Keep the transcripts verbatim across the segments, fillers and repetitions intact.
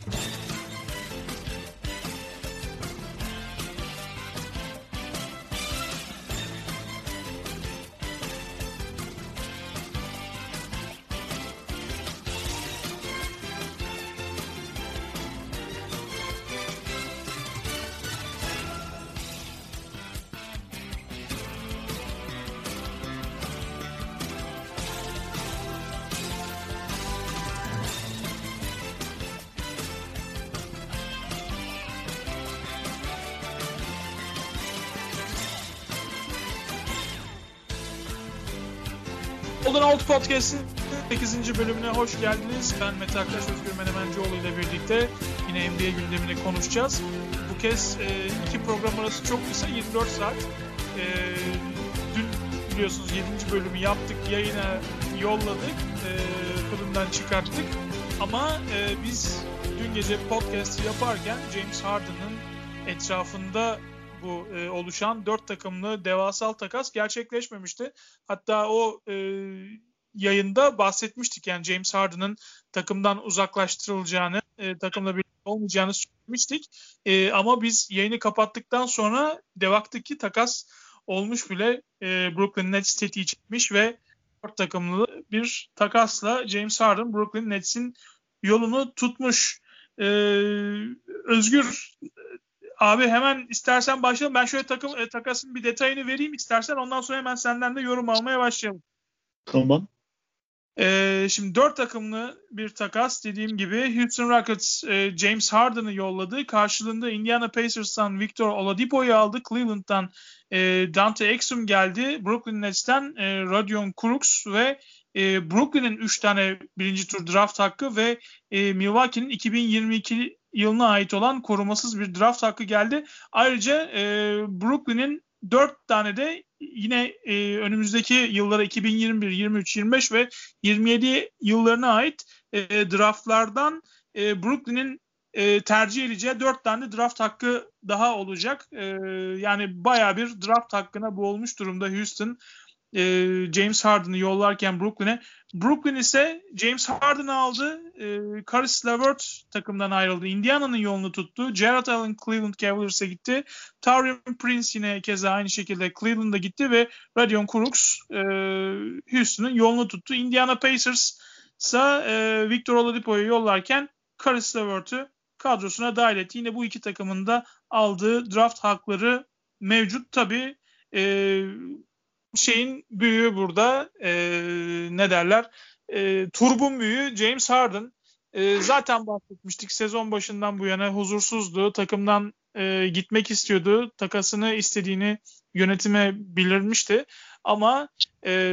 Golden Out Podcast'in sekizinci bölümüne hoş geldiniz. Ben Mete Aktaş, Özgür Menemencioğlu ile birlikte yine N B A gündemini konuşacağız. Bu kez e, iki program arası çok kısa, yirmi dört saat. E, dün biliyorsunuz yedinci bölümü yaptık, yayına yolladık, e, fırından çıkarttık. Ama e, biz dün gece podcast'ı yaparken James Harden'ın etrafında bu e, oluşan dört takımlı devasal takas gerçekleşmemişti. Hatta o e, yayında bahsetmiştik, yani James Harden'ın takımdan uzaklaştırılacağını, e, takımla birlikte olmayacağını söylemiştik. E, ama biz yayını kapattıktan sonra de baktık ki takas olmuş bile. E, Brooklyn Nets tetiği çekmiş ve dört takımlı bir takasla James Harden Brooklyn Nets'in yolunu tutmuş. E, Özgür, abi hemen istersen başlayalım. Ben şöyle takım e, takasın bir detayını vereyim istersen. Ondan sonra hemen senden de yorum almaya başlayalım. Tamam. Ee, şimdi dört takımlı bir takas, dediğim gibi. Houston Rockets e, James Harden'ı yolladı. Karşılığında Indiana Pacers'tan Victor Oladipo'yu aldı. Cleveland'dan e, Dante Exum geldi. Brooklyn Nets'ten e, Rodion Kurucs ve e, Brooklyn'in üç tane birinci tur draft hakkı ve e, Milwaukee'nin iki bin yirmi iki yılına ait olan korumasız bir draft hakkı geldi. Ayrıca e, Brooklyn'in dört tane de yine e, önümüzdeki yıllara iki bin yirmi bir, yirmi üç, yirmi beş ve yirmi yedi yıllarına ait e, draftlardan e, Brooklyn'in e, tercih edeceği dört tane draft hakkı daha olacak. E, yani bayağı bir draft hakkına boğulmuş durumda Houston. E, James Harden'ı yollarken Brooklyn'e. Brooklyn ise James Harden'ı aldı. E, Caris LeVert takımdan ayrıldı. Indiana'nın yolunu tuttu. Jarrett Allen Cleveland Cavaliers'e gitti. Taurean Prince yine keza aynı şekilde Cleveland'a gitti ve Rodion Kurucs e, Houston'ın yolunu tuttu. Indiana Pacers ise e, Victor Oladipo'yu yollarken Caris LeVert'ü kadrosuna dahil etti. Yine bu iki takımın da aldığı draft hakları mevcut. Tabii e, şeyin büyüğü burada, e, ne derler, e, turbun büyüğü James Harden. E, zaten bahsetmiştik, sezon başından bu yana huzursuzdu, takımdan e, gitmek istiyordu, takasını istediğini yönetime bildirmişti ama e,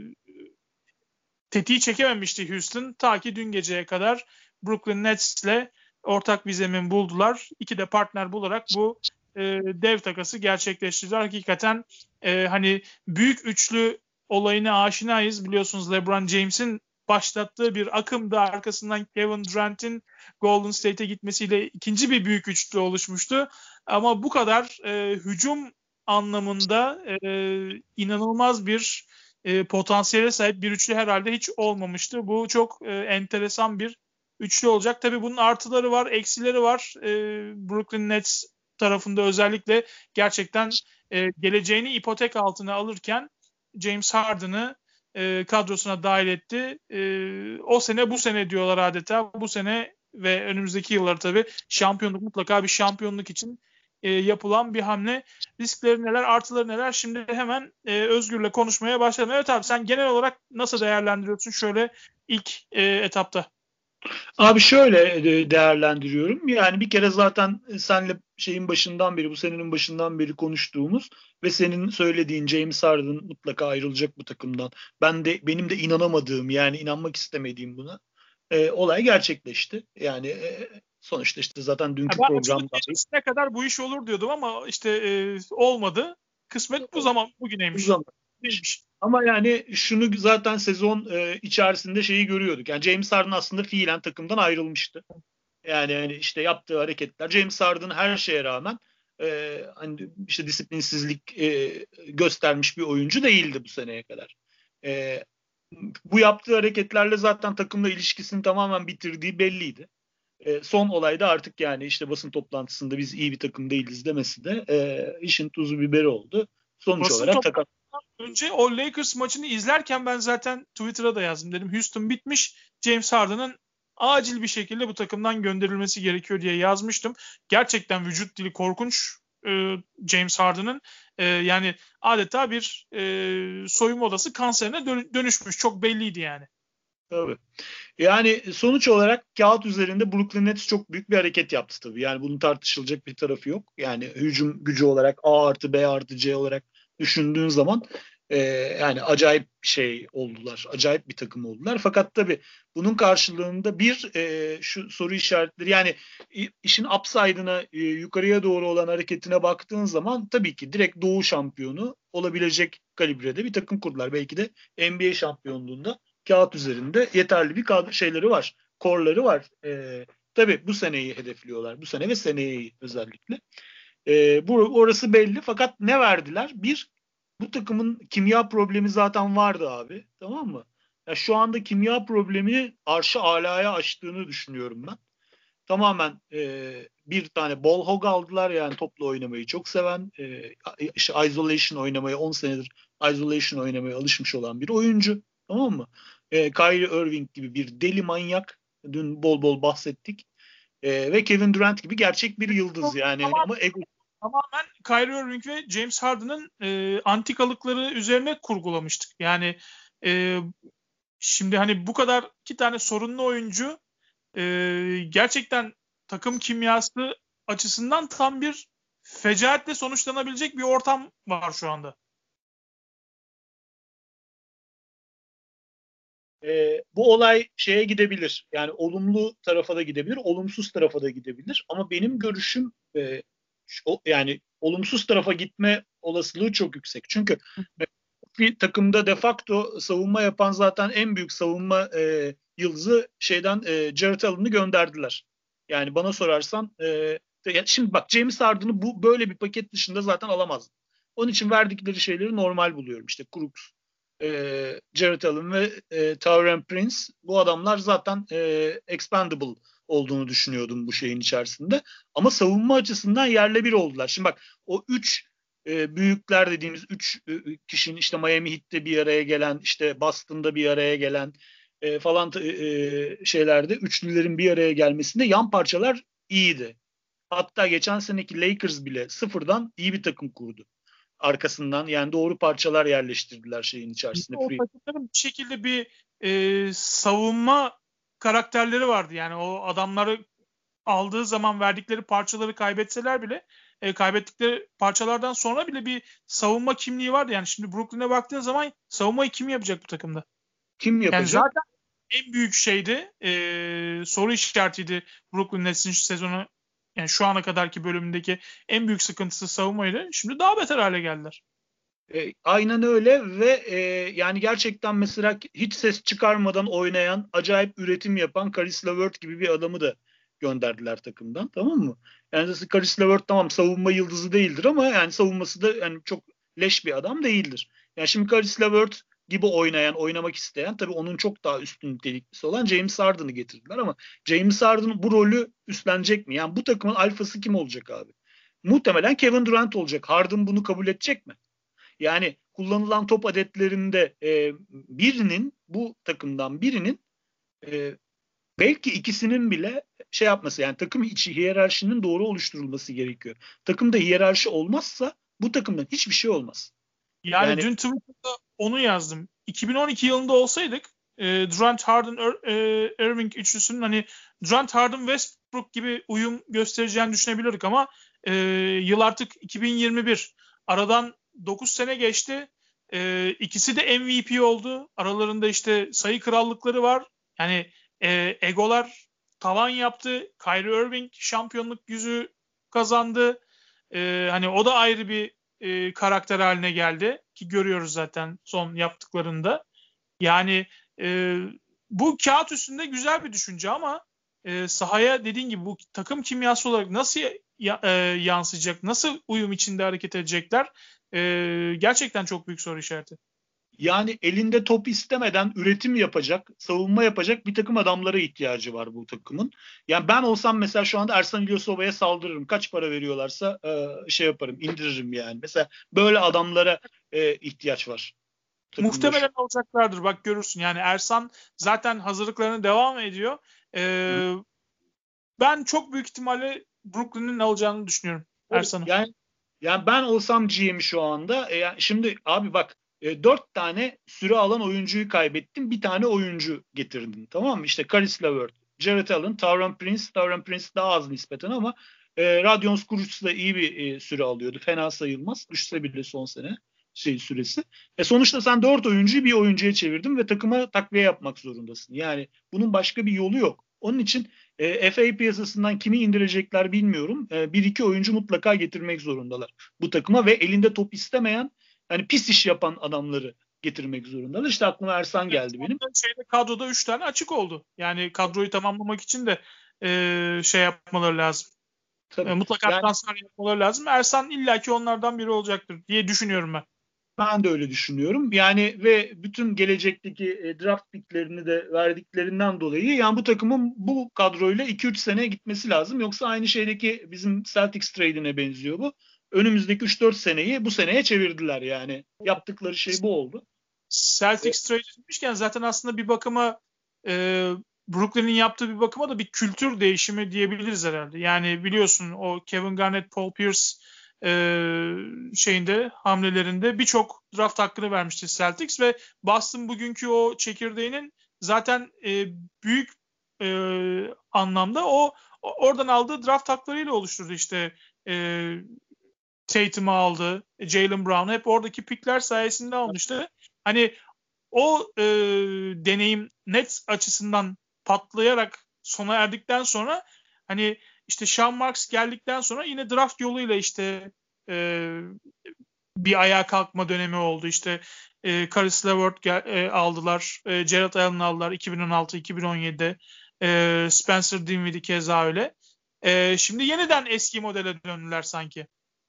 tetiği çekememişti Houston, ta ki dün geceye kadar Brooklyn Nets'le ortak bir zemin buldular. İki de partner bularak bu e, dev takası gerçekleştirdiler. Hakikaten e, hani büyük üçlü olayına aşinayız. Biliyorsunuz LeBron James'in başlattığı bir akımda arkasından Kevin Durant'in Golden State'e gitmesiyle ikinci bir büyük üçlü oluşmuştu. Ama bu kadar e, hücum anlamında e, inanılmaz bir e, potansiyele sahip bir üçlü herhalde hiç olmamıştı. Bu çok e, enteresan bir üçlü olacak. Tabii bunun artıları var, eksileri var. E, Brooklyn Nets tarafında özellikle gerçekten e, geleceğini ipotek altına alırken James Harden'ı e, kadrosuna dahil etti. E, o sene bu sene diyorlar adeta. Bu sene ve önümüzdeki yıllar tabii şampiyonluk, mutlaka bir şampiyonluk için e, yapılan bir hamle. Riskleri neler, artıları neler? Şimdi hemen e, Özgür'le konuşmaya başlayalım. Evet abi, sen genel olarak nasıl değerlendiriyorsun şöyle ilk e, etapta? Abi şöyle değerlendiriyorum. Yani bir kere zaten senle şeyin başından beri, bu senenin başından beri konuştuğumuz ve senin söylediğin James Harden mutlaka ayrılacak bu takımdan. Ben de benim de inanamadığım, yani inanmak istemediğim buna e, olay gerçekleşti. Yani e, sonuçta işte zaten dünkü ben programda ne kadar bu iş olur diyordum ama işte e, olmadı. Kısmet bu zaman bugüneymiş. Bu zaman. Ama yani şunu zaten sezon e, içerisinde şeyi görüyorduk. Yani James Harden aslında fiilen takımdan ayrılmıştı. Yani, yani işte yaptığı hareketler, James Harden her şeye rağmen e, hani işte disiplinsizlik e, göstermiş bir oyuncu değildi bu seneye kadar. E, bu yaptığı hareketlerle zaten takımla ilişkisini tamamen bitirdiği belliydi. E, son olayda artık yani işte basın toplantısında biz iyi bir takım değiliz demesi de e, işin tuzu biberi oldu. Sonuç Basın olarak takas. toplantısından önce o Lakers maçını izlerken ben zaten Twitter'a da yazdım. Dedim Houston bitmiş. James Harden'ın acil bir şekilde bu takımdan gönderilmesi gerekiyor diye yazmıştım. Gerçekten vücut dili korkunç e, James Harden'ın. E, yani adeta bir e, soyunma odası kanserine dönüşmüş. Çok belliydi yani. Tabii. Yani sonuç olarak kağıt üzerinde Brooklyn Nets çok büyük bir hareket yaptı tabii. Yani bunun tartışılacak bir tarafı yok. Yani hücum gücü olarak A artı B artı C olarak düşündüğün zaman e, yani acayip bir şey oldular. Acayip bir takım oldular. Fakat tabii bunun karşılığında bir e, şu soru işaretleri yani işin upside'ına e, yukarıya doğru olan hareketine baktığın zaman tabii ki direkt Doğu şampiyonu olabilecek kalibrede bir takım kurdular. Belki de N B A şampiyonluğunda kağıt üzerinde yeterli bir kadro şeyleri var. Korları var. E, tabii bu seneyi hedefliyorlar. Bu sene ve seneye özellikle. E, bu orası belli. Fakat ne verdiler? Bir, bu takımın kimya problemi zaten vardı abi. Tamam mı? Ya şu anda kimya problemini arşı alaya aştığını düşünüyorum ben. Tamamen e, bir tane ball hog aldılar yani topla oynamayı çok seven e, işte isolation oynamayı on senedir isolation oynamaya alışmış olan bir oyuncu. Tamam mı? E, Kyrie Irving gibi bir deli manyak. Dün bol bol bahsettik. E, ve Kevin Durant gibi gerçek bir yıldız yani. Tamamen, Ama ego. tamamen Kyrie Irving ve James Harden'ın e, antikalıkları üzerine kurgulamıştık. Yani e, şimdi hani bu kadar iki tane sorunlu oyuncu e, gerçekten takım kimyası açısından tam bir fecaatle sonuçlanabilecek bir ortam var şu anda. E, bu olay şeye gidebilir. Yani olumlu tarafa da gidebilir, olumsuz tarafa da gidebilir. Ama benim görüşüm e, o, yani olumsuz tarafa gitme olasılığı çok yüksek. Çünkü e, bir takımda de facto savunma yapan zaten en büyük savunma e, yıldızı şeyden e, Jared Allen'ı gönderdiler. Yani bana sorarsan e, şimdi bak James Harden'ı bu böyle bir paket dışında zaten alamaz. Onun için verdikleri şeyleri normal buluyorum. İşte Crooks, e, Jared Allen ve e, Taurean Prince bu adamlar zaten e, expendable olduğunu düşünüyordum bu şeyin içerisinde. Ama savunma açısından yerle bir oldular. Şimdi bak o üç e, büyükler dediğimiz üç e, kişinin işte Miami Heat'te bir araya gelen, işte Boston'da bir araya gelen e, falan e, şeylerde üçlülerin bir araya gelmesinde yan parçalar iyiydi. Hatta geçen seneki Lakers bile sıfırdan iyi bir takım kurdu arkasından. Yani doğru parçalar yerleştirdiler şeyin içerisine. O Free. takımların bir şekilde bir e, savunma karakterleri vardı. Yani o adamları aldığı zaman verdikleri parçaları kaybetseler bile e, kaybettikleri parçalardan sonra bile bir savunma kimliği vardı. Yani şimdi Brooklyn'e baktığın zaman savunmayı kim yapacak bu takımda? Kim Yani yapacak? zaten en büyük şeydi e, soru işaretiydi Brooklyn Nets'in şu sezonu yani şu ana kadarki bölümündeki en büyük sıkıntısı savunmaydı. Şimdi daha beter hale geldiler. E, aynen öyle ve e, yani gerçekten mesela hiç ses çıkarmadan oynayan, acayip üretim yapan Caris LeVert gibi bir adamı da gönderdiler takımdan, tamam mı? Yani mesela Caris LeVert tamam savunma yıldızı değildir ama yani savunması da yani çok leş bir adam değildir. Yani şimdi Caris LeVert gibi oynayan, oynamak isteyen tabii onun çok daha üstün niteliklisi olan James Harden'ı getirdiler ama James Harden bu rolü üstlenecek mi? Yani bu takımın alfası kim olacak abi? Muhtemelen Kevin Durant olacak. Harden bunu kabul edecek mi? Yani kullanılan top adetlerinde e, birinin bu takımdan birinin e, belki ikisinin bile şey yapması yani takım içi hiyerarşinin doğru oluşturulması gerekiyor. Takımda hiyerarşi olmazsa bu takımdan hiçbir şey olmaz. Yani Yani dün Twitter'da onu yazdım. iki bin on iki yılında olsaydık e, Durant, Harden, Ir- e, Irving üçlüsünün hani Durant, Harden, Westbrook gibi uyum göstereceğini düşünebilirdik ama e, yıl artık iki bin yirmi bir. Aradan dokuz sene geçti. E, ikisi de M V P oldu. Aralarında işte sayı krallıkları var. Yani e, egolar tavan yaptı. Kyrie Irving şampiyonluk yüzüğü kazandı. E, hani o da ayrı bir e, karakter haline geldi ki görüyoruz zaten son yaptıklarında. Yani e, bu kağıt üstünde güzel bir düşünce ama e, sahaya dediğin gibi bu takım kimyası olarak nasıl ya, e, yansıyacak, nasıl uyum içinde hareket edecekler e, gerçekten çok büyük soru işareti. Yani elinde top istemeden üretim yapacak, savunma yapacak bir takım adamlara ihtiyacı var bu takımın. Yani ben olsam mesela şu anda Ersan İlyasova'ya saldırırım. Kaç para veriyorlarsa e, şey yaparım, indiririm yani. Mesela böyle adamlara e, ihtiyaç var takımda şu. Muhtemelen alacaklardır. Bak görürsün. Yani Ersan zaten hazırlıklarına devam ediyor. Hı. Ee, ben çok büyük ihtimalle Brooklyn'in alacağını düşünüyorum Ersan'ı. Yani yani ben olsam G M şu anda. E, yani şimdi abi bak e, dört tane süre alan oyuncuyu kaybettim. Bir tane oyuncu getirdin. Tamam mı? İşte Caris LeVert, Jarrett Allen, Taurean Prince. Taurean Prince daha az nispeten ama e, Radion Kurucs da iyi bir e, süre alıyordu. Fena sayılmaz. Düşse bile son sene şey süresi. E sonuçta sen dört oyuncuyu bir oyuncuya çevirdin ve takıma takviye yapmak zorundasın. Yani bunun başka bir yolu yok. Onun için e, F A piyasasından kimi indirecekler bilmiyorum. E, bir iki oyuncu mutlaka getirmek zorundalar bu takıma ve elinde top istemeyen, hani pis iş yapan adamları getirmek zorundalar. İşte aklıma Ersan geldi benim. Şeyde, kadroda üç tane açık oldu. Yani kadroyu tamamlamak için de e, şey yapmaları lazım. E, Tabii. mutlaka Yani transfer yapmaları lazım. Ersan illaki onlardan biri olacaktır diye düşünüyorum ben. ben de öyle düşünüyorum. Yani ve bütün gelecekteki e, draft picklerini de verdiklerinden dolayı yani bu takımın bu kadroyla iki üç sene gitmesi lazım. Yoksa aynı şeydeki bizim Celtics trade'ine benziyor bu. Önümüzdeki üç dört seneyi bu seneye çevirdiler yani. Yaptıkları şey bu oldu. E, Celtics trade etmişken zaten aslında bir bakıma e, Brooklyn'in yaptığı bir bakıma da bir kültür değişimi diyebiliriz herhalde. Yani biliyorsun o Kevin Garnett, Paul Pierce e, şeyinde hamlelerinde birçok draft hakkını vermişti Celtics ve Boston bugünkü o çekirdeğinin zaten e, büyük e, anlamda o, o oradan aldığı draft haklarıyla oluşturdu işte e, Tatum'u aldı, Jaylen Brown'u hep oradaki pickler sayesinde almıştı. Hani o e, deneyim Nets açısından patlayarak sona erdikten sonra hani işte Sean Marks geldikten sonra yine draft yoluyla işte e, bir ayağa kalkma dönemi oldu. İşte e, Caris LeVert gel, e, aldılar. E, Jarrett Allen aldılar iki bin on altı iki bin on yedi. E, Spencer Dinwiddie keza öyle. E, şimdi yeniden eski modele döndüler sanki.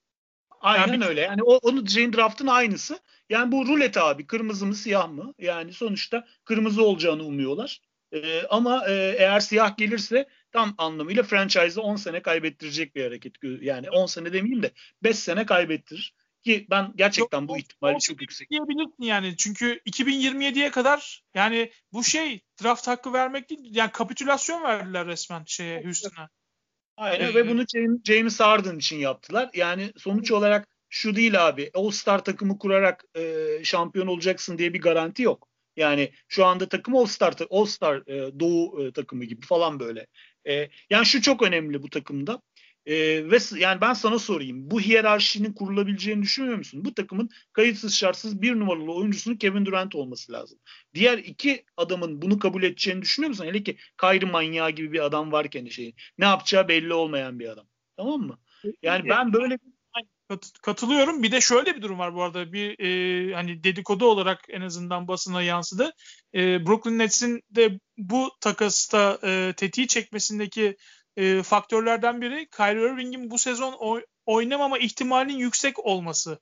Yani Aynen bir öyle. Yani o, onu Jane Draft'ın aynısı. Yani bu rulet abi. Kırmızı mı siyah mı? Yani sonuçta kırmızı olacağını umuyorlar. Ee, ama e, eğer siyah gelirse tam anlamıyla franchise'ı on sene kaybettirecek bir hareket. Yani on sene demeyeyim de beş sene kaybettirir. Ki ben Yok, gerçekten bu ihtimali olsa çok yüksek. diyebilirsin yani. Çünkü iki bin yirmi yediye kadar yani bu şey draft hakkı vermek değil yani kapitülasyon verdiler resmen şeye Houston'a. Aynen ve Ee, bunu James, James Harden için yaptılar. Yani sonuç olarak şu değil abi. All-Star takımı kurarak e, şampiyon olacaksın diye bir garanti yok. Yani şu anda takım All-Star All-Star e, Doğu e, takımı gibi falan böyle. E, yani şu çok önemli bu takımda. E, ve yani ben sana sorayım. Bu hiyerarşinin kurulabileceğini düşünüyor musun? Bu takımın kayıtsız şartsız bir numaralı oyuncusunun Kevin Durant olması lazım. Diğer iki adamın bunu kabul edeceğini düşünüyor musun? Hele ki Kyrie manyağı gibi bir adam varken şey ne yapacağı belli olmayan bir adam. Tamam mı? Yani ben böyle kat- katılıyorum. Bir de şöyle bir durum var bu arada. Bir e, hani dedikodu olarak en azından basına yansıdı. E, Brooklyn Nets'in de bu takasta e, tetiği çekmesindeki e, faktörlerden biri Kyrie Irving'in bu sezon oy- oynamama ihtimalinin yüksek olması.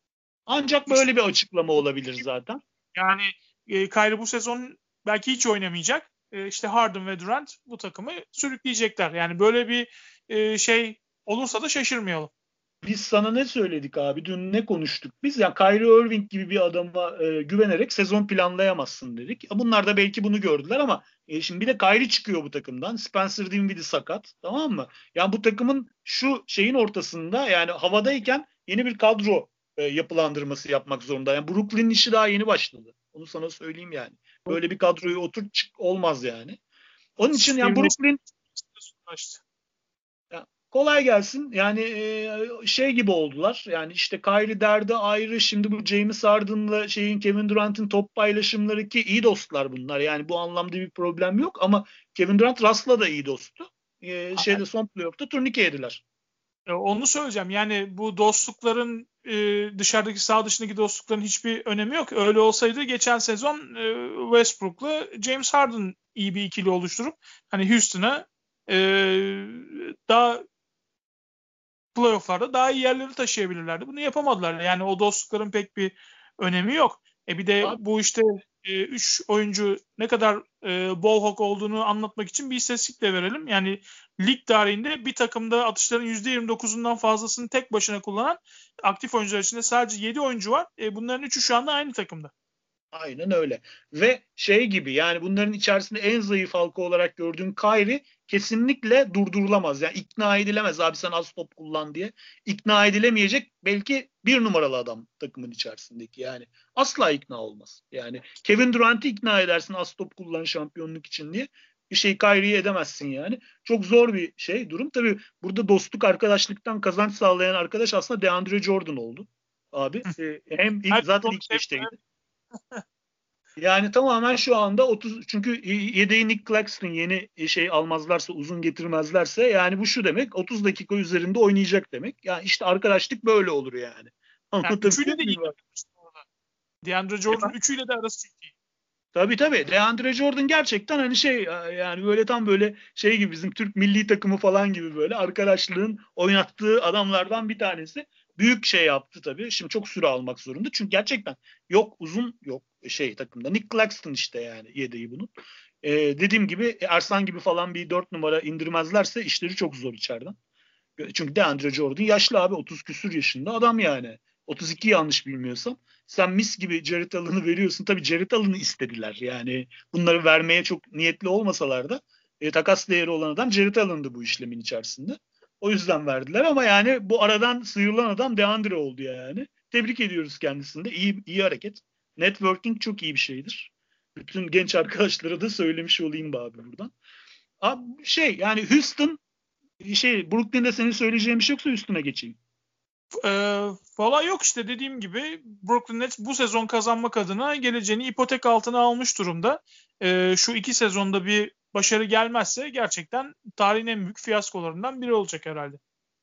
ancak böyle bir açıklama olabilir zaten. Yani e, Kyrie bu sezon belki hiç oynamayacak. E, işte Harden ve Durant bu takımı sürükleyecekler. Yani böyle bir e, şey olursa da şaşırmayalım. Biz sana ne söyledik abi? Dün ne konuştuk biz? Ya Kyrie Irving gibi bir adama e, güvenerek sezon planlayamazsın dedik. Bunlar da belki bunu gördüler ama e, şimdi bir de Kyrie çıkıyor bu takımdan. Spencer Dinwiddie sakat. Tamam mı? Yani bu takımın şu şeyin ortasında yani havadayken yeni bir kadro e, yapılandırması yapmak zorunda. Yani Brooklyn'in işi daha yeni başladı. Onu sana söyleyeyim yani. Böyle bir kadroyu otur çık olmaz yani. Onun için yani Steve Nash Brooklyn ulaştı. ya, kolay gelsin. Yani e, şey gibi oldular. Yani işte Kyrie derdi ayrı. Şimdi bu James Harden'la şeyin Kevin Durant'ın top paylaşımları ki iyi dostlar bunlar. Yani bu anlamda bir problem yok ama Kevin Durant Russ'la da iyi dosttu. E, şeyde son playoff'ta turnike yediler. E, Onu söyleyeceğim. Yani bu dostlukların e, dışarıdaki sağ dışındaki dostlukların hiçbir önemi yok. Öyle olsaydı geçen sezon e, Westbrook'la James Harden iyi bir ikili oluşturup hani Houston'a e, daha playoff'larda daha iyi yerleri taşıyabilirlerdi. Bunu yapamadılar. Yani o dostlukların pek bir önemi yok. E bir de Abi, bu işte üç oyuncu ne kadar e, ball hawk olduğunu anlatmak için bir istatistik de verelim. Yani lig tarihinde bir takımda atışların yüzde yirmi dokuzundan fazlasını tek başına kullanan aktif oyuncular içinde sadece yedi oyuncu var. E, bunların üçü şu anda aynı takımda. aynen öyle. Ve şey gibi, yani bunların içerisinde en zayıf halka olarak gördüğün Kyrie kesinlikle durdurulamaz. Yani ikna edilemez, abi sen az top kullan diye. İkna edilemeyecek belki bir numaralı adam takımın içerisindeki, yani. Asla ikna olmaz. Yani Kevin Durant'i ikna edersin az top kullan şampiyonluk için diye. Bir şey Kyrie'yi edemezsin yani. Çok zor bir şey durum. Tabii burada dostluk, arkadaşlıktan kazanç sağlayan arkadaş aslında DeAndre Jordan oldu. Abi. Ee, hem ilk, Herkes zaten onu ilk seviyor. beşteydi. Yani tamamen şu anda otuz, çünkü yedeği Nick Claxton yeni şey almazlarsa, uzun getirmezlerse, yani bu şu demek, otuz dakika üzerinde oynayacak demek. Yani işte arkadaşlık böyle olur yani. Yani üçüyle Anlatabiliyor de iyi muyum? takılmıştı orada. DeAndre Jordan Efendim? üçüyle de arası çok iyi. Tabii tabii. DeAndre Jordan gerçekten hani şey, yani böyle tam böyle şey gibi, bizim Türk milli takımı falan gibi, böyle arkadaşlığın oynattığı adamlardan bir tanesi. Büyük şey yaptı tabii. Şimdi çok süre almak zorunda. Çünkü gerçekten yok, uzun yok şey takımda. Nick Claxton işte yani yedeği bunun. Ee, dediğim gibi Ersan gibi falan bir dört numara indirmezlerse işleri çok zor içeriden. Çünkü DeAndre Jordan yaşlı abi, otuz küsür yaşında adam yani. otuz iki yanlış bilmiyorsam. Sen mis gibi Jared Allen'ı veriyorsun. Tabii Jared Allen'ı istediler. Yani bunları vermeye çok niyetli olmasalar da e, takas değeri olan adam Jared Allen'dı bu işlemin içerisinde. O yüzden verdiler ama yani bu aradan sıyrılan adam DeAndre oldu yani. Tebrik ediyoruz kendisini de. İyi, iyi hareket. Networking çok iyi bir şeydir. Bütün genç arkadaşlara da söylemiş olayım abi buradan. Abi şey, yani Houston, şey, Brooklyn'de senin söyleyeceğin bir şey yoksa üstüne geçeyim. Ee, Valla yok işte dediğim gibi Brooklyn Nets bu sezon kazanmak adına geleceğini ipotek altına almış durumda. Ee, şu iki sezonda bir başarı gelmezse gerçekten tarihin en büyük fiyaskolarından biri olacak herhalde.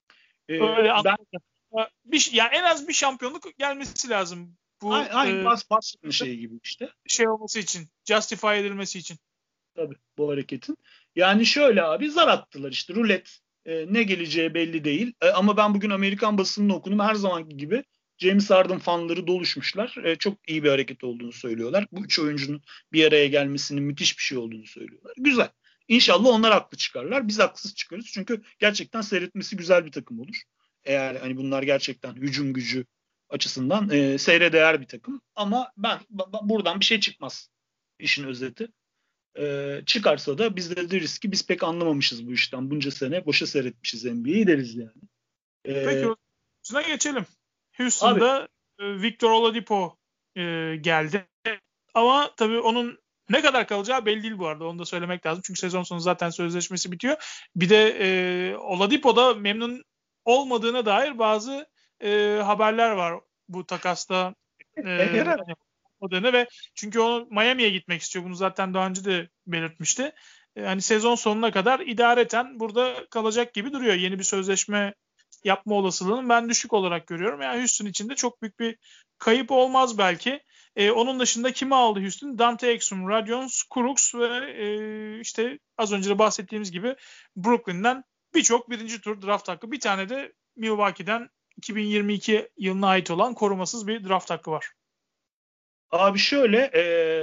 Ee, Öyle ben anladım. Bir, yani en az bir şampiyonluk gelmesi lazım bu aynı e, bas bas şey gibi işte. şey olması için, justify edilmesi için. Tabii bu hareketin. Yani şöyle abi, zar attılar işte, rulet. Ee, ne geleceği belli değil. Ee, ama ben bugün Amerikan basınını okudum. Her zamanki gibi James Harden fanları doluşmuşlar. Ee, çok iyi bir hareket olduğunu söylüyorlar. Bu üç oyuncunun bir araya gelmesinin müthiş bir şey olduğunu söylüyorlar. Güzel. İnşallah onlar haklı çıkarlar. Biz haksız çıkarız. Çünkü gerçekten seyretmesi güzel bir takım olur. Eğer hani bunlar gerçekten hücum gücü açısından e, seyre değer bir takım. Ama ben b- buradan bir şey çıkmaz. İşin özeti. Ee, çıkarsa da biz de deriz ki biz pek anlamamışız bu işten. Bunca sene boşa seyretmişiz N B A'yi deriz yani. Peki Ee, o zaman geçelim. abi Houston'da e, Victor Oladipo e, geldi. Ama tabii onun ne kadar kalacağı belli değil bu arada. Onu da söylemek lazım. Çünkü sezon sonu zaten sözleşmesi bitiyor. Bir de e, Oladipo'da memnun olmadığına dair bazı e, haberler var bu takasta e, herhalde. hani olmadığını ve çünkü o Miami'ye gitmek istiyor. Bunu zaten daha önce de belirtmişti. E, hani sezon sonuna kadar idareten burada kalacak gibi duruyor. Yeni bir sözleşme yapma olasılığını ben düşük olarak görüyorum. Yani Houston için de çok büyük bir kayıp olmaz belki. E, onun dışında kimi aldı Houston? Dante Exum, Radion Kurucs ve e, işte az önce de bahsettiğimiz gibi Brooklyn'den birçok birinci tur draft hakkı. Bir tane de Milwaukee'den iki bin yirmi iki yılına ait olan korumasız bir draft hakkı var. Abi şöyle, e,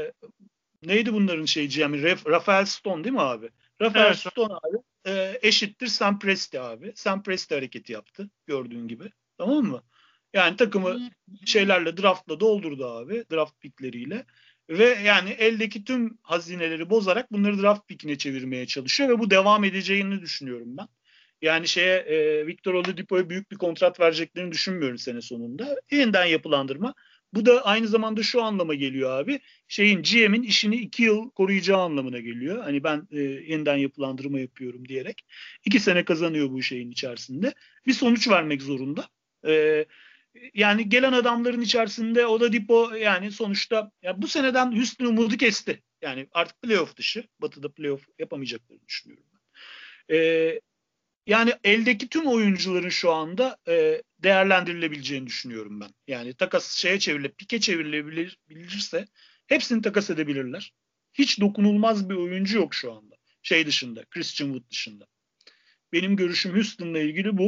neydi bunların şey G M'i? Raf- Rafael Stone değil mi abi? Rafael Evet. Stone abi e, eşittir Sam Presti abi. Sam Presti hareketi yaptı gördüğün gibi. Tamam mı? Yani takımı şeylerle, draftla doldurdu abi. Draft pickleriyle. Ve yani eldeki tüm hazineleri bozarak bunları draft pickine çevirmeye çalışıyor ve bu devam edeceğini düşünüyorum ben. Yani şeye e, Victor Oladipo'ya büyük bir kontrat vereceklerini düşünmüyorum sene sonunda. Yeniden yapılandırma. Bu da aynı zamanda şu anlama geliyor abi, şeyin G M'in işini iki yıl koruyacağı anlamına geliyor. Hani ben e, yeniden yapılandırma yapıyorum diyerek. iki sene kazanıyor bu şeyin içerisinde. Bir sonuç vermek zorunda. E, Yani gelen adamların içerisinde Oladipo, yani sonuçta ya bu seneden Houston umudu kesti. Yani artık playoff dışı. Batı'da playoff yapamayacaklarını düşünüyorum ben. E, Yani eldeki tüm oyuncuların şu anda e, değerlendirilebileceğini düşünüyorum ben. Yani takas şeye çevrilebilir, pike çevrilebilirse hepsini takas edebilirler. Hiç dokunulmaz bir oyuncu yok şu anda. Şey dışında, Christian Wood dışında. Benim görüşüm Houston'la ilgili bu.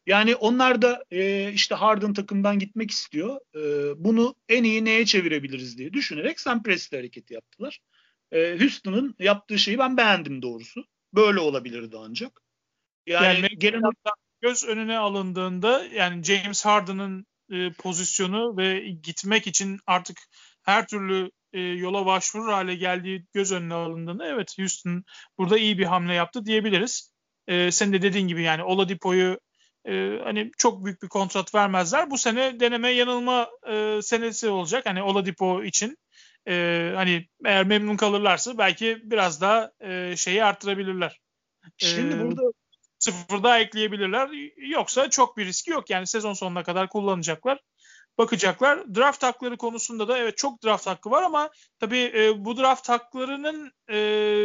Yani onlar da e, işte Harden takımdan gitmek istiyor. E, bunu en iyi neye çevirebiliriz diye düşünerek Sam Presti hareketi yaptılar. E, Houston'ın yaptığı şeyi ben beğendim doğrusu. Böyle olabilirdi ancak. Yani Yani gelen mevzuattan göz önüne alındığında yani James Harden'ın e, pozisyonu ve gitmek için artık her türlü e, yola başvurur hale geldiği göz önüne alındığında evet Houston burada iyi bir hamle yaptı diyebiliriz. E, sen de dediğin gibi yani Oladipo'yu e, hani çok büyük bir kontrat vermezler. Bu sene deneme yanılma e, senesi olacak. Hani Oladipo için e, hani eğer memnun kalırlarsa belki biraz daha e, şeyi arttırabilirler. şimdi E, burada Sıfır daha ekleyebilirler. Yoksa çok bir riski yok. Yani sezon sonuna kadar kullanacaklar. Bakacaklar. Draft hakları konusunda da evet çok draft hakkı var ama tabii e, bu draft haklarının e,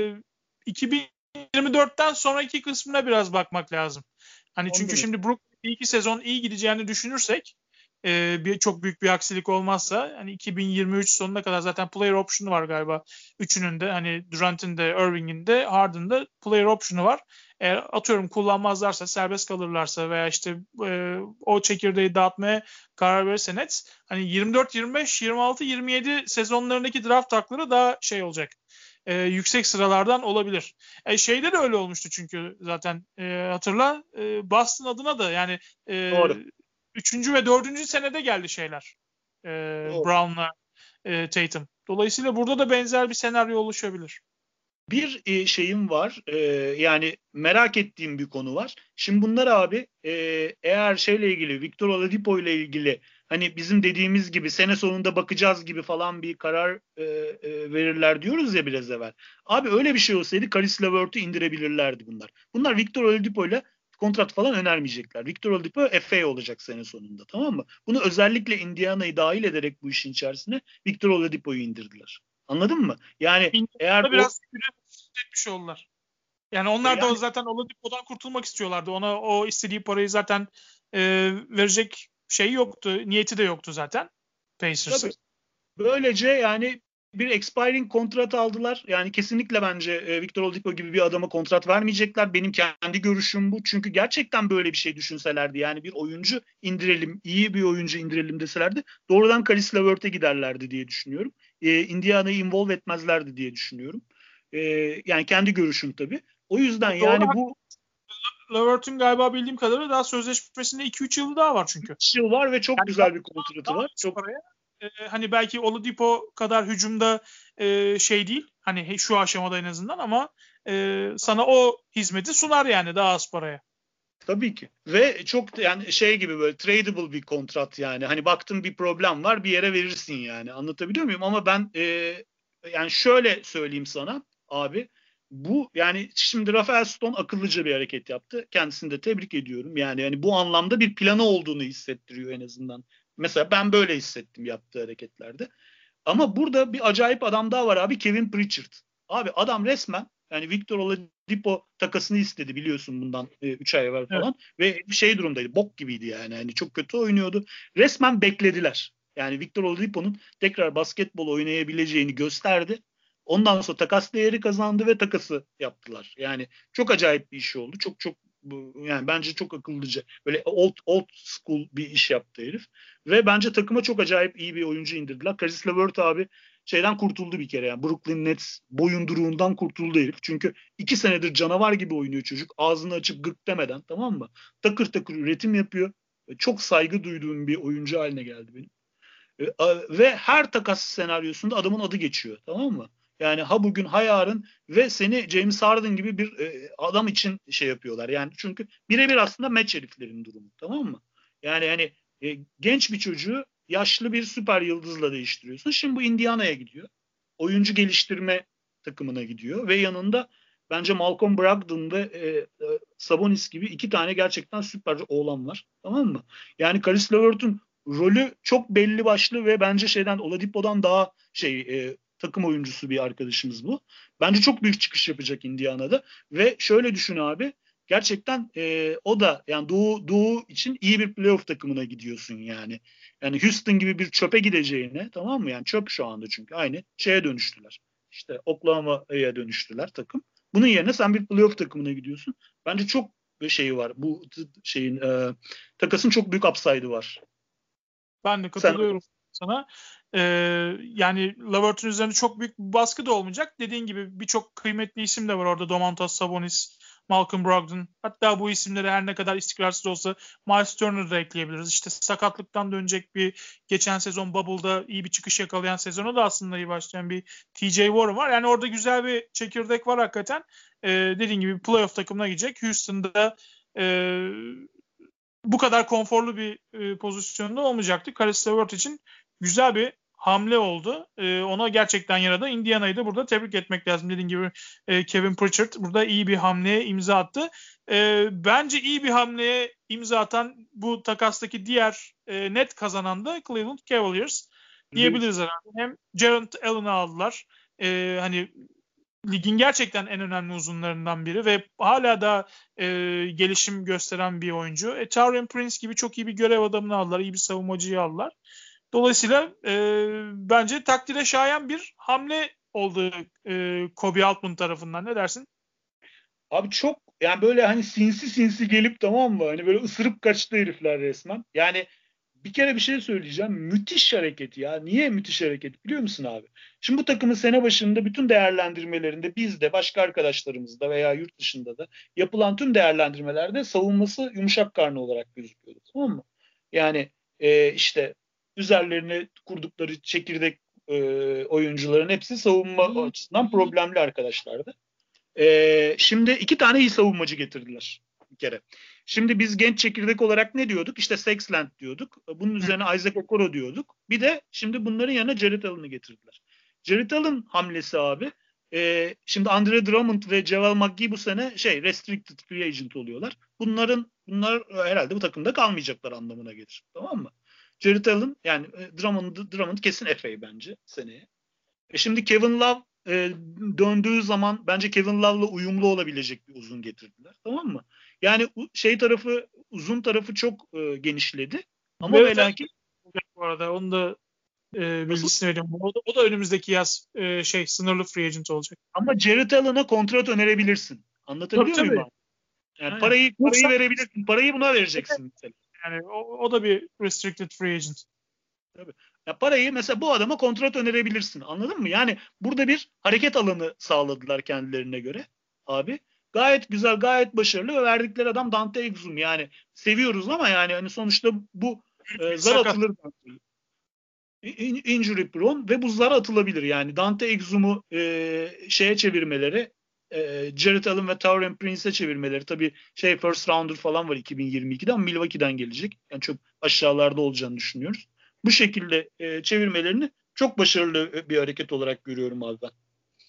iki bin yirmi dörtten sonraki kısmına biraz bakmak lazım. Hani onu çünkü demek. şimdi Brook bir iki sezon iyi gideceğini düşünürsek e, bir çok büyük bir aksilik olmazsa hani iki bin yirmi üç sonuna kadar zaten player option'u var galiba. Üçünün de hani Durant'in de Irving'in de Harden'ın da player option'u var. Eğer atıyorum kullanmazlarsa, serbest kalırlarsa veya işte e, o çekirdeği dağıtmaya karar verirse Nets hani yirmi dört, yirmi beş, yirmi altı, yirmi yedi sezonlarındaki draft hakları daha şey olacak. E, yüksek sıralardan olabilir. E, şeyde de öyle olmuştu çünkü zaten e, hatırla e, Boston adına da yani e, Doğru. üçüncü ve dördüncü senede geldi şeyler. E, Doğru. Brown'la e, Tatum. Dolayısıyla burada da benzer bir senaryo oluşabilir. Bir e, şeyim var. E, yani merak ettiğim bir konu var. Şimdi bunlar abi e, eğer şeyle ilgili Victor Oladipo ile ilgili hani bizim dediğimiz gibi sene sonunda bakacağız gibi falan bir karar e, e, verirler diyoruz ya biraz evvel. Abi öyle bir şey olsaydı Caris LeVert'ü indirebilirlerdi bunlar. Bunlar Victor Oladipo ile kontrat falan önermeyecekler. Victor Oladipo F A olacak sene sonunda, tamam mı? Bunu özellikle Indiana'yı dahil ederek bu işin içerisine Victor Oladipo'yu indirdiler. Anladın mı? Yani eğer Indiana'da o biraz etmiş oldular. Yani onlar da o yani zaten Oladipo'dan kurtulmak istiyorlardı. Ona o istediği parayı zaten e, verecek şey yoktu. Niyeti de yoktu zaten tabii Pacers'ın. böylece yani bir expiring kontrat aldılar. Yani kesinlikle bence e, Victor Oladipo gibi bir adama kontrat vermeyecekler. Benim kendi görüşüm bu. Çünkü gerçekten böyle bir şey düşünselerdi. Yani bir oyuncu indirelim, iyi bir oyuncu indirelim deselerdi doğrudan Caris LeVert'e giderlerdi diye düşünüyorum. E, Indiana'yı involve etmezlerdi diye düşünüyorum. E, yani kendi görüşüm tabii. O yüzden Doğru. yani bu Levert'ün galiba bildiğim kadarıyla daha sözleşmesinde iki üç yılı daha var çünkü. üç yıl var ve çok Yani daha, güzel bir kontratı daha var. az Çok paraya. E, hani belki Oladipo kadar hücumda e, şey değil. Hani şu aşamada en azından ama e, sana o hizmeti sunar yani daha az paraya. tabii ki. Ve çok yani şey gibi böyle tradable bir kontrat yani. Hani baktın bir problem var bir yere verirsin yani. Anlatabiliyor muyum? Ama ben e, yani şöyle söyleyeyim sana abi. Bu yani şimdi Rafael Stone akıllıca bir hareket yaptı. Kendisini de tebrik ediyorum. Yani yani bu anlamda bir planı olduğunu hissettiriyor en azından. Mesela ben böyle hissettim yaptığı hareketlerde. Ama burada bir acayip adam daha var abi, Kevin Pritchard. Abi adam resmen yani Victor Oladipo takasını istedi biliyorsun bundan üç ay evvel Evet. falan ve bir şey durumdaydı. Bok gibiydi yani. Yani çok kötü oynuyordu. Resmen beklediler. Yani Victor Oladipo'nun tekrar basketbol oynayabileceğini gösterdi. Ondan sonra takas değeri kazandı ve takası yaptılar. Yani çok acayip bir iş oldu. Çok çok yani bence çok akıllıca. Böyle old old school bir iş yaptı herif. Ve bence takıma çok acayip iyi bir oyuncu indirdiler. Caris LeVert abi şeyden kurtuldu bir kere. Yani Brooklyn Nets boyunduruğundan kurtuldu herif. Çünkü iki senedir canavar gibi oynuyor çocuk. Ağzını açıp gık demeden, tamam mı? Takır takır üretim yapıyor. Çok saygı duyduğum bir oyuncu haline geldi benim. Ve her takas senaryosunda adamın adı geçiyor, tamam mı? Yani ha bugün ha yarın ve seni James Harden gibi bir e, adam için şey yapıyorlar. Yani çünkü birebir aslında match heriflerin durumu, tamam mı? Yani hani e, genç bir çocuğu yaşlı bir süper yıldızla değiştiriyorsun. Şimdi bu Indiana'ya gidiyor. Oyuncu geliştirme takımına gidiyor ve yanında bence Malcolm Brogdon ve e, e, Sabonis gibi iki tane gerçekten süper oğlan var. Tamam mı? Yani Caris LeVert'ün rolü çok belli başlı ve bence şeyden Oladipo'dan daha şey e, takım oyuncusu bir arkadaşımız bu. Bence çok büyük çıkış yapacak Indiana'da ve şöyle düşün abi, gerçekten e, o da yani Doğu, Doğu için iyi bir playoff takımına gidiyorsun yani. Yani Houston gibi bir çöpe gideceğine, tamam mı? Yani çöp şu anda çünkü aynı şeye dönüştüler. İşte Oklahoma'ya dönüştüler takım. Bunun yerine sen bir playoff takımına gidiyorsun. Bence çok şeyi var. Bu şeyin e, takasın çok büyük upside'ı var. Ben de katılıyorum Sen... sana. Ee, yani Levert'ün üzerinde çok büyük bir baskı da olmayacak. Dediğin gibi birçok kıymetli isim de var orada. Domantas Sabonis, Malcolm Brogdon. Hatta bu isimleri her ne kadar istikrarsız olsa Miles Turner'ı da ekleyebiliriz. İşte sakatlıktan dönecek bir geçen sezon Bubble'da iyi bir çıkış yakalayan sezonu da aslında iyi başlayan bir T J Warren var. Yani orada güzel bir çekirdek var hakikaten. Ee, dediğin gibi playoff takımına gidecek. Houston'da e, bu kadar konforlu bir e, pozisyonda olmayacaktı. Caris LeVert için güzel bir hamle oldu. E, ona gerçekten yaradı. Indiana'yı da burada tebrik etmek lazım. Dediğim gibi e, Kevin Pritchard burada iyi bir hamleye imza attı. E, bence iyi bir hamleye imza atan bu takastaki diğer e, net kazanan da Cleveland Cavaliers diyebiliriz herhalde. Hem Jarrett Allen'ı aldılar. E, hani ligin gerçekten en önemli uzunlarından biri ve hala da e, gelişim gösteren bir oyuncu. E, Taurean Prince gibi çok iyi bir görev adamını aldılar. İyi bir savunmacıyı aldılar. Dolayısıyla e, bence takdire şayan bir hamle oldu e, Kobe Altman tarafından. Ne dersin? Abi çok yani böyle hani sinsi sinsi gelip tamam mı? Hani böyle ısırıp kaçtı herifler resmen. Yani bir kere bir şey söyleyeceğim. Müthiş hareket ya. Niye müthiş hareket biliyor musun abi? Şimdi bu takımın sene başında bütün değerlendirmelerinde bizde, başka arkadaşlarımızda veya yurt dışında da yapılan tüm değerlendirmelerde savunması yumuşak karnı olarak gözüküyordu. Tamam mı? Yani e, işte üzerlerine kurdukları çekirdek e, oyuncuların hepsi savunma açısından problemli arkadaşlardı. Ee, şimdi iki tane iyi savunmacı getirdiler bir kere. Şimdi biz genç çekirdek olarak ne diyorduk? İşte Sexland diyorduk. Bunun üzerine Isaac Okoro diyorduk. Bir de şimdi bunların yanına Jarrett Allen'ı getirdiler. Jarrett Allen hamlesi abi. E, şimdi Andre Drummond ve Javel McGee bu sene şey restricted free agent oluyorlar. Bunların bunlar herhalde bu takımda kalmayacaklar anlamına gelir. Tamam mı? Jarrett Allen yani Drummond, Drummond kesin F A bence seneye. E şimdi Kevin Love e, döndüğü zaman bence Kevin Love'la uyumlu olabilecek bir uzun getirdiler. Tamam mı? Yani şey tarafı uzun tarafı çok e, genişledi. Ama Evet, ve lakin bu arada onu da e, bilgisini vereyim. O da, o da önümüzdeki yaz e, şey sınırlı free agent olacak. Ama Jarrett Allen'a kontrat önerebilirsin. Anlatabiliyor Tabii, muyum tabii. abi? Yani Aynen. parayı Yoksa parayı verebilirsin. Parayı buna vereceksin mesela. yani o, o da bir restricted free agent. Tabii. Ya parayı mesela bu adama kontrat önerebilirsin. Anladın mı? Yani burada bir hareket alanı sağladılar kendilerine göre abi. Gayet güzel, gayet başarılı ve verdikleri adam Dante Exum. Yani seviyoruz ama yani hani sonuçta bu e, zar Sakat. atılır. In, injury prone ve bu zar atılabilir. Yani Dante Exum'u e, şeye çevirmeleri e, Jarrett Allen ve Taurean Prince'e çevirmeleri. Tabii şey first rounder falan var iki bin yirmi ikide ama Milwaukee'den gelecek. Yani çok aşağılarda olacağını düşünüyoruz. Bu şekilde e, çevirmelerini çok başarılı bir hareket olarak görüyorum abi ben.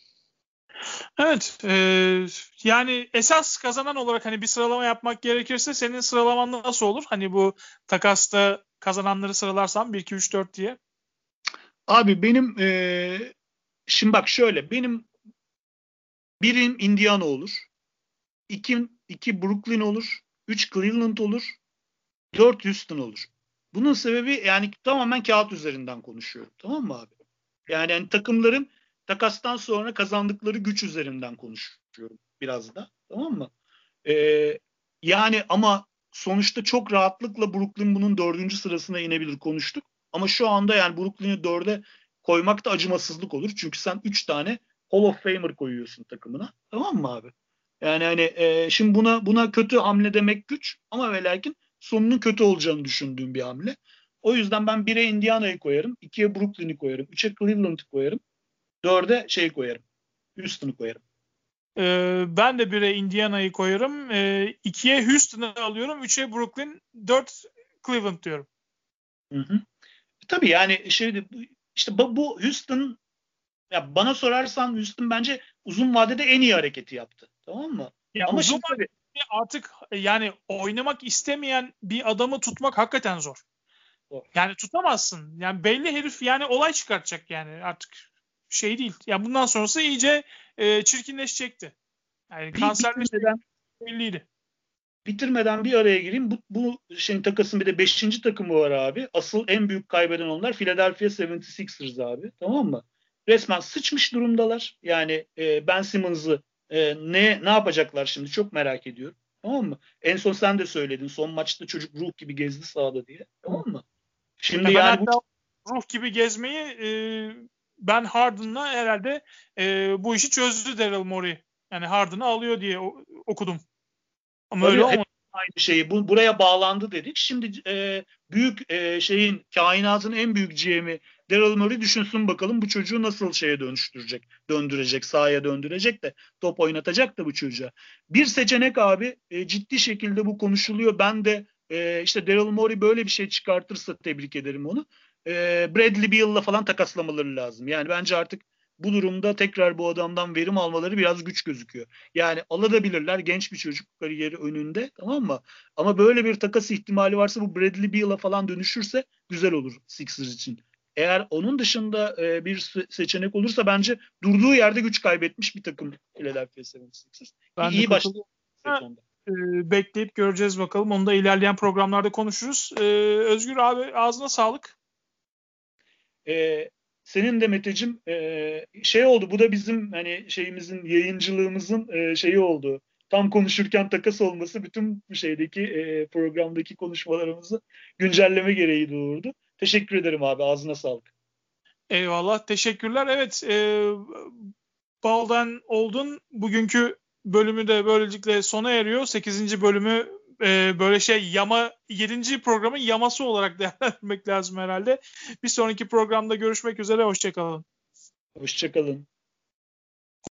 Evet. E, yani esas kazanan olarak hani bir sıralama yapmak gerekirse senin sıralaman nasıl olur? Hani bu takasta kazananları sıralarsam bir iki üç dört diye. Abi benim e, şimdi bak şöyle benim birim Indiana olur. iki, iki Brooklyn olur. Üç Cleveland olur. Dört Houston olur. Bunun sebebi yani tamamen kağıt üzerinden konuşuyorum. Tamam mı abi? Yani, yani takımların takastan sonra kazandıkları güç üzerinden konuşuyorum biraz da. Tamam mı? Ee, yani ama sonuçta çok rahatlıkla Brooklyn bunun dördüncü sırasına inebilir konuştuk. Ama şu anda yani Brooklyn'i dörde koymak da acımasızlık olur. Çünkü sen üç tane Hall of Famer koyuyorsun takımına. Tamam mı abi? Yani hani e, şimdi buna buna kötü hamle demek güç ama ve lakin sonunun kötü olacağını düşündüğüm bir hamle. O yüzden ben bire Indiana'yı koyarım, ikiye Brooklyn'i koyarım, üçe Cleveland'ı koyarım, dörde şey koyarım, Houston'ı koyarım. Ee, ben de bire Indiana'yı koyarım. Ee, ikiye Houston'ı alıyorum. Üçe Brooklyn. Dört Cleveland diyorum. Hı hı. Tabii yani şey işte bu, bu Houston ya bana sorarsan Houston bence uzun vadede en iyi hareketi yaptı. Tamam mı? Ya Ama uzun şimdi tabii artık yani oynamak istemeyen bir adamı tutmak hakikaten zor. o. Yani tutamazsın. Yani belli herif yani olay çıkartacak yani artık şey değil. Ya bundan sonrası iyice e, çirkinleşecekti. Yani Bir kanserleşecek bitirmeden belliydi. bitirmeden bir araya gireyim. Bu, bu şeyin takasın bir de beşinci takımı var abi. Asıl en büyük kaybeden onlar Philadelphia yetmiş altı ers abi. Tamam mı? Resmen sıçmış durumdalar. Yani e, Ben Simmons'ı e, ne ne yapacaklar şimdi çok merak ediyorum. Tamam mı? En son sen de söyledin. Son maçta çocuk ruh gibi gezdi sahada diye. Tamam mı? Şimdi Ya ben yani bu hatta ruh gibi gezmeyi e, ben Harden'la herhalde e, bu işi çözdü Daryl Morey. Yani Harden'ı alıyor diye o- okudum. Ama öyle tabii hep olmadı. aynı şeyi bu, buraya bağlandı dedik. Şimdi e, büyük e, şeyin kainatın en büyük G M'i Daryl Morey düşünsün bakalım bu çocuğu nasıl şeye dönüştürecek, döndürecek, sahaya döndürecek de top oynatacak da bu çocuğa. Bir seçenek abi e, ciddi şekilde bu konuşuluyor. Ben de e, işte Daryl Morey böyle bir şey çıkartırsa tebrik ederim onu. E, Bradley Beal'la falan takaslamaları lazım. Yani bence artık bu durumda tekrar bu adamdan verim almaları biraz güç gözüküyor. Yani alabilirler genç bir çocuk kariyeri önünde tamam mı? Ama böyle bir takas ihtimali varsa bu Bradley Beal'a falan dönüşürse güzel olur Sixers için. Eğer onun dışında e, bir seçenek olursa bence durduğu yerde güç kaybetmiş bir takım Philadelphia seven ers Sixers. Ki Ben de iyi başladı katılıyorum. sezonda. E, bekleyip göreceğiz bakalım. Onu da ilerleyen programlarda konuşuruz. E, Özgür abi ağzına sağlık. E, Senin de Meteciğim e, şey oldu bu da bizim hani şeyimizin yayıncılığımızın e, şeyi oldu. Tam konuşurken takas olması bütün bu şeydeki e, programdaki konuşmalarımızı güncelleme gereği doğurdu. Teşekkür ederim abi ağzına sağlık. Eyvallah. Teşekkürler. Evet. E, Baldan Oldun bugünkü bölümü de böylelikle sona eriyor. Sekizinci bölümü e, böyle şey yama yedinci programın yaması olarak değerlendirmek lazım herhalde. Bir sonraki programda görüşmek üzere. Hoşçakalın. Hoşçakalın.